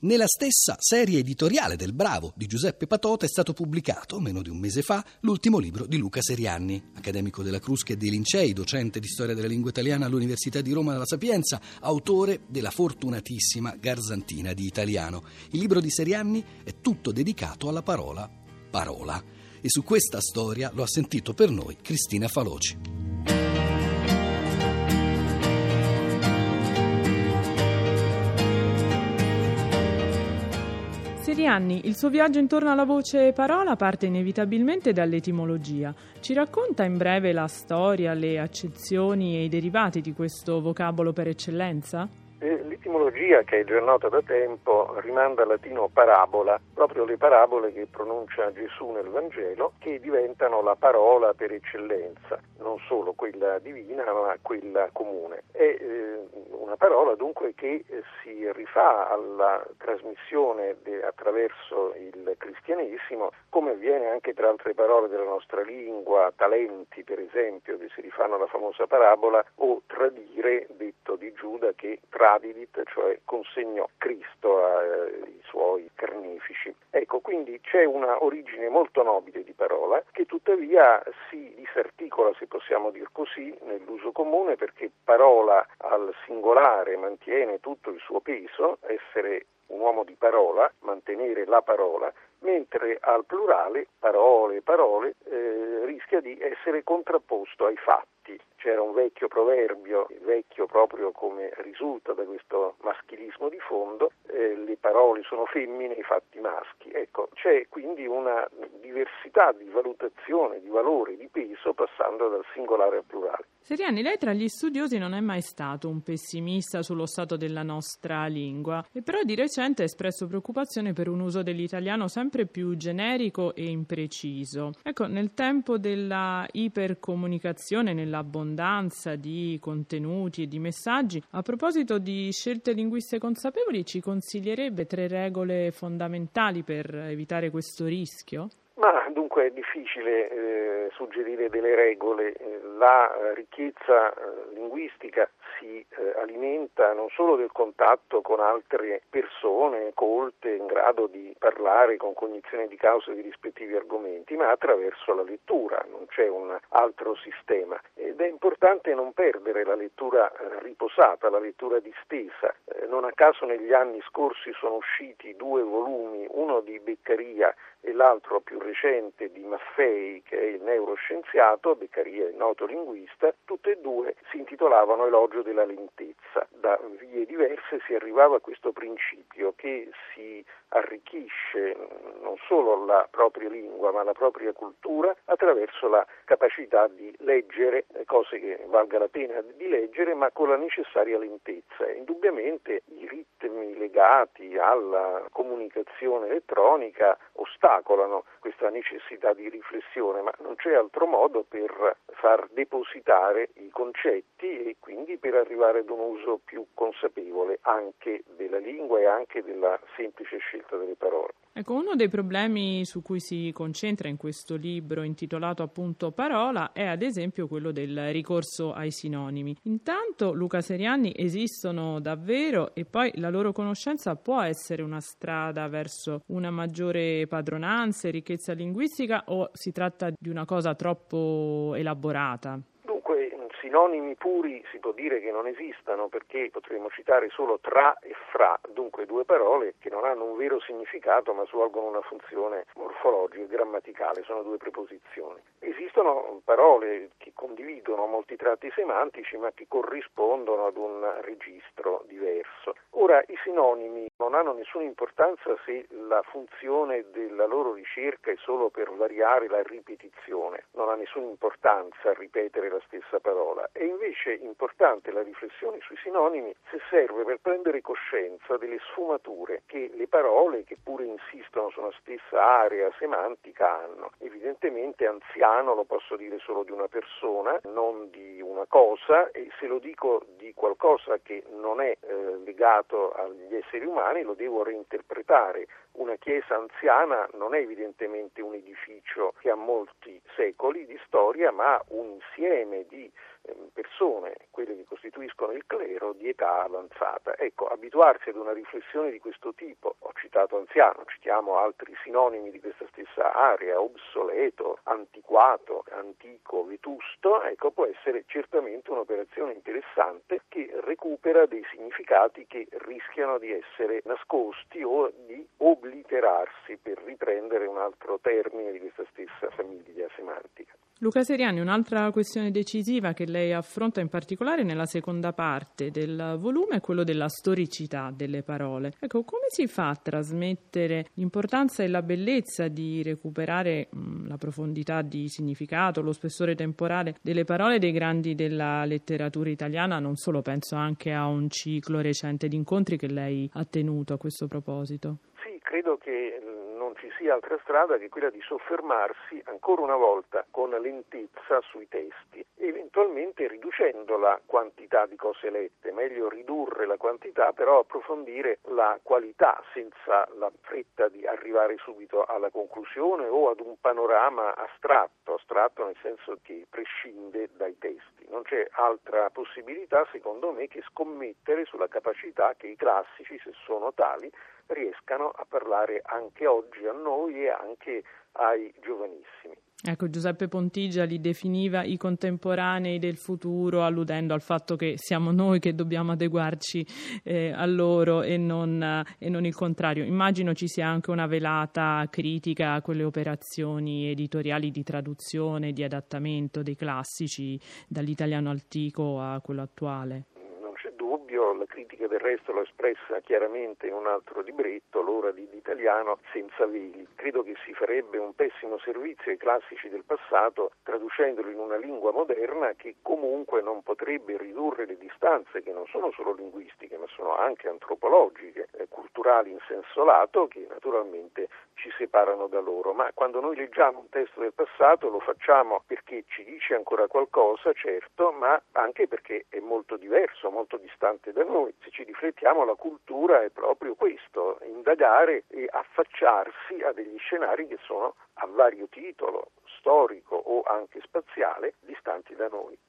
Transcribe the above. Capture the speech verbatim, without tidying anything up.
Nella stessa serie editoriale del Bravo di Giuseppe Patota è stato pubblicato, meno di un mese fa, l'ultimo libro di Luca Serianni, accademico della Crusca e dei Lincei, docente di storia della lingua italiana all'Università di Roma La Sapienza, autore della fortunatissima Garzantina di italiano. Il libro di Serianni è tutto dedicato alla parola parola. E su questa storia lo ha sentito per noi Cristina Faloci. Serianni, il suo viaggio intorno alla voce parola parte inevitabilmente dall'etimologia. Ci racconta in breve la storia, le accezioni e i derivati di questo vocabolo per eccellenza? L'etimologia, che è già nota da tempo, rimanda al latino parabola, proprio le parabole che pronuncia Gesù nel Vangelo, che diventano la parola per eccellenza, non solo quella divina ma quella comune. È eh, una parola dunque che eh, si rifà alla trasmissione de, attraverso il cristianesimo, come avviene anche tra altre parole della nostra lingua, talenti per esempio, che si rifanno alla famosa parabola, o tradire, detto di Giuda che tradidit, cioè consegnò Cristo ai suoi carnefici. Ecco, quindi c'è una origine molto nobile di parola che tuttavia si disarticola, se possiamo dir così, nell'uso comune, perché parola al singolare mantiene tutto il suo peso, essere un uomo di parola, mantenere la parola, mentre al plurale, parole, parole, eh, rischia di essere contrapposto ai fatti. C'era un vecchio proverbio, vecchio proprio come risulta da questo maschilismo di fondo, eh, le parole sono femmine, i fatti maschi. Ecco, c'è quindi una diversità di valutazione, di valore, di peso, passando dal singolare al plurale. Serianni, lei tra gli studiosi non è mai stato un pessimista sullo stato della nostra lingua, e però di recente ha espresso preoccupazione per un uso dell'italiano sempre più generico e impreciso. Ecco, nel tempo della ipercomunicazione, nell'abbondanza di contenuti e di messaggi, a proposito di scelte linguistiche consapevoli, ci consiglierebbe tre regole fondamentali per evitare questo rischio? Ma dunque è difficile eh, suggerire delle regole. La ricchezza eh, linguistica si eh, alimenta non solo del contatto con altre persone colte, in grado di parlare con cognizione di causa di rispettivi argomenti, ma attraverso la lettura, non c'è un altro sistema. Ed è importante non perdere la lettura eh, riposata, la lettura distesa. Eh, non a caso negli anni scorsi sono usciti due volumi, uno di Beccaria e l'altro più recente di Maffei, che è il neuroscienziato. Beccaria è il noto linguista. Tutte e due si intitolavano Elogio della lentezza. Da vie diverse si arrivava a questo principio che si arricchisce non solo la propria lingua ma la propria cultura attraverso la capacità di leggere cose che valga la pena di leggere, ma con la necessaria lentezza. Indubbiamente i ritmi legati alla comunicazione elettronica ostacolano questa necessità di riflessione, ma non c'è altro modo per far depositare i concetti e quindi per arrivare ad un uso più consapevole anche della lingua e anche della semplice scelta delle parole. Ecco, uno dei problemi su cui si concentra in questo libro intitolato appunto Parola è ad esempio quello del ricorso ai sinonimi. Intanto, Luca Serianni, esistono davvero e poi la loro conoscenza può essere una strada verso una maggiore padronanza e ricchezza linguistica, o si tratta di una cosa troppo elaborata? Sinonimi puri si può dire che non esistano, perché potremmo citare solo tra e fra, dunque due parole che non hanno un vero significato ma svolgono una funzione morfologica e grammaticale, sono due preposizioni. Esistono parole che condividono molti tratti semantici ma che corrispondono ad un registro diverso. Ora, i sinonimi non hanno nessuna importanza se la funzione della loro ricerca è solo per variare la ripetizione, non ha nessuna importanza ripetere la stessa parola. È invece importante la riflessione sui sinonimi se serve per prendere coscienza delle sfumature che le parole, che pure insistono su una stessa area semantica, hanno. Evidentemente anziano lo posso dire solo di una persona, non di una cosa, e se lo dico di qualcosa che non è eh, legato agli esseri umani lo devo reinterpretare. Una chiesa anziana non è evidentemente un edificio che ha molti secoli di storia, ma un insieme di persone, quelle che costituiscono il clero, di età avanzata. Ecco, abituarsi ad una riflessione di questo tipo, ho citato anziano, citiamo altri sinonimi di questa stessa area, obsoleto, antiquato, antico, vetusto, ecco, può essere certamente un'operazione interessante che recupera dei significati che rischiano di essere nascosti o di obliterarsi, per riprendere un altro termine di questa stessa famiglia semantica. Luca Serianni, un'altra questione decisiva che lei affronta in particolare nella seconda parte del volume è quello della storicità delle parole. Ecco, come si fa a trasmettere l'importanza e la bellezza di recuperare mh, la profondità di significato, lo spessore temporale delle parole dei grandi della letteratura italiana? Non solo, penso anche a un ciclo recente di incontri che lei ha tenuto a questo proposito. Sì, credo che non ci sia altra strada che quella di soffermarsi ancora una volta con lentezza sui testi, eventualmente riducendo la quantità di cose lette, meglio ridurre la quantità, però approfondire la qualità senza la fretta di arrivare subito alla conclusione o ad un panorama astratto, astratto nel senso che prescinde dai testi. Non c'è altra possibilità, secondo me, che scommettere sulla capacità che i classici, se sono tali, riescano a parlare anche oggi a noi e anche ai giovanissimi. Ecco, Giuseppe Pontigia li definiva i contemporanei del futuro, alludendo al fatto che siamo noi che dobbiamo adeguarci eh, a loro e non, e non il contrario. Immagino ci sia anche una velata critica a quelle operazioni editoriali di traduzione, di adattamento dei classici dall'italiano antico a quello attuale. Dubbio, la critica del resto l'ho espressa chiaramente in un altro libretto, L'ora di l'italiano senza veli. Credo che si farebbe un pessimo servizio ai classici del passato traducendoli in una lingua moderna che comunque non potrebbe ridurre le distanze, che non sono solo linguistiche ma sono anche antropologiche, eh, culturali in senso lato, che naturalmente ci separano da loro. Ma quando noi leggiamo un testo del passato lo facciamo perché ci dice ancora qualcosa, certo, ma anche perché è molto diverso, molto distante da noi. Se ci riflettiamo, la cultura è proprio questo, indagare e affacciarsi a degli scenari che sono a vario titolo, storico o anche spaziale, distanti da noi.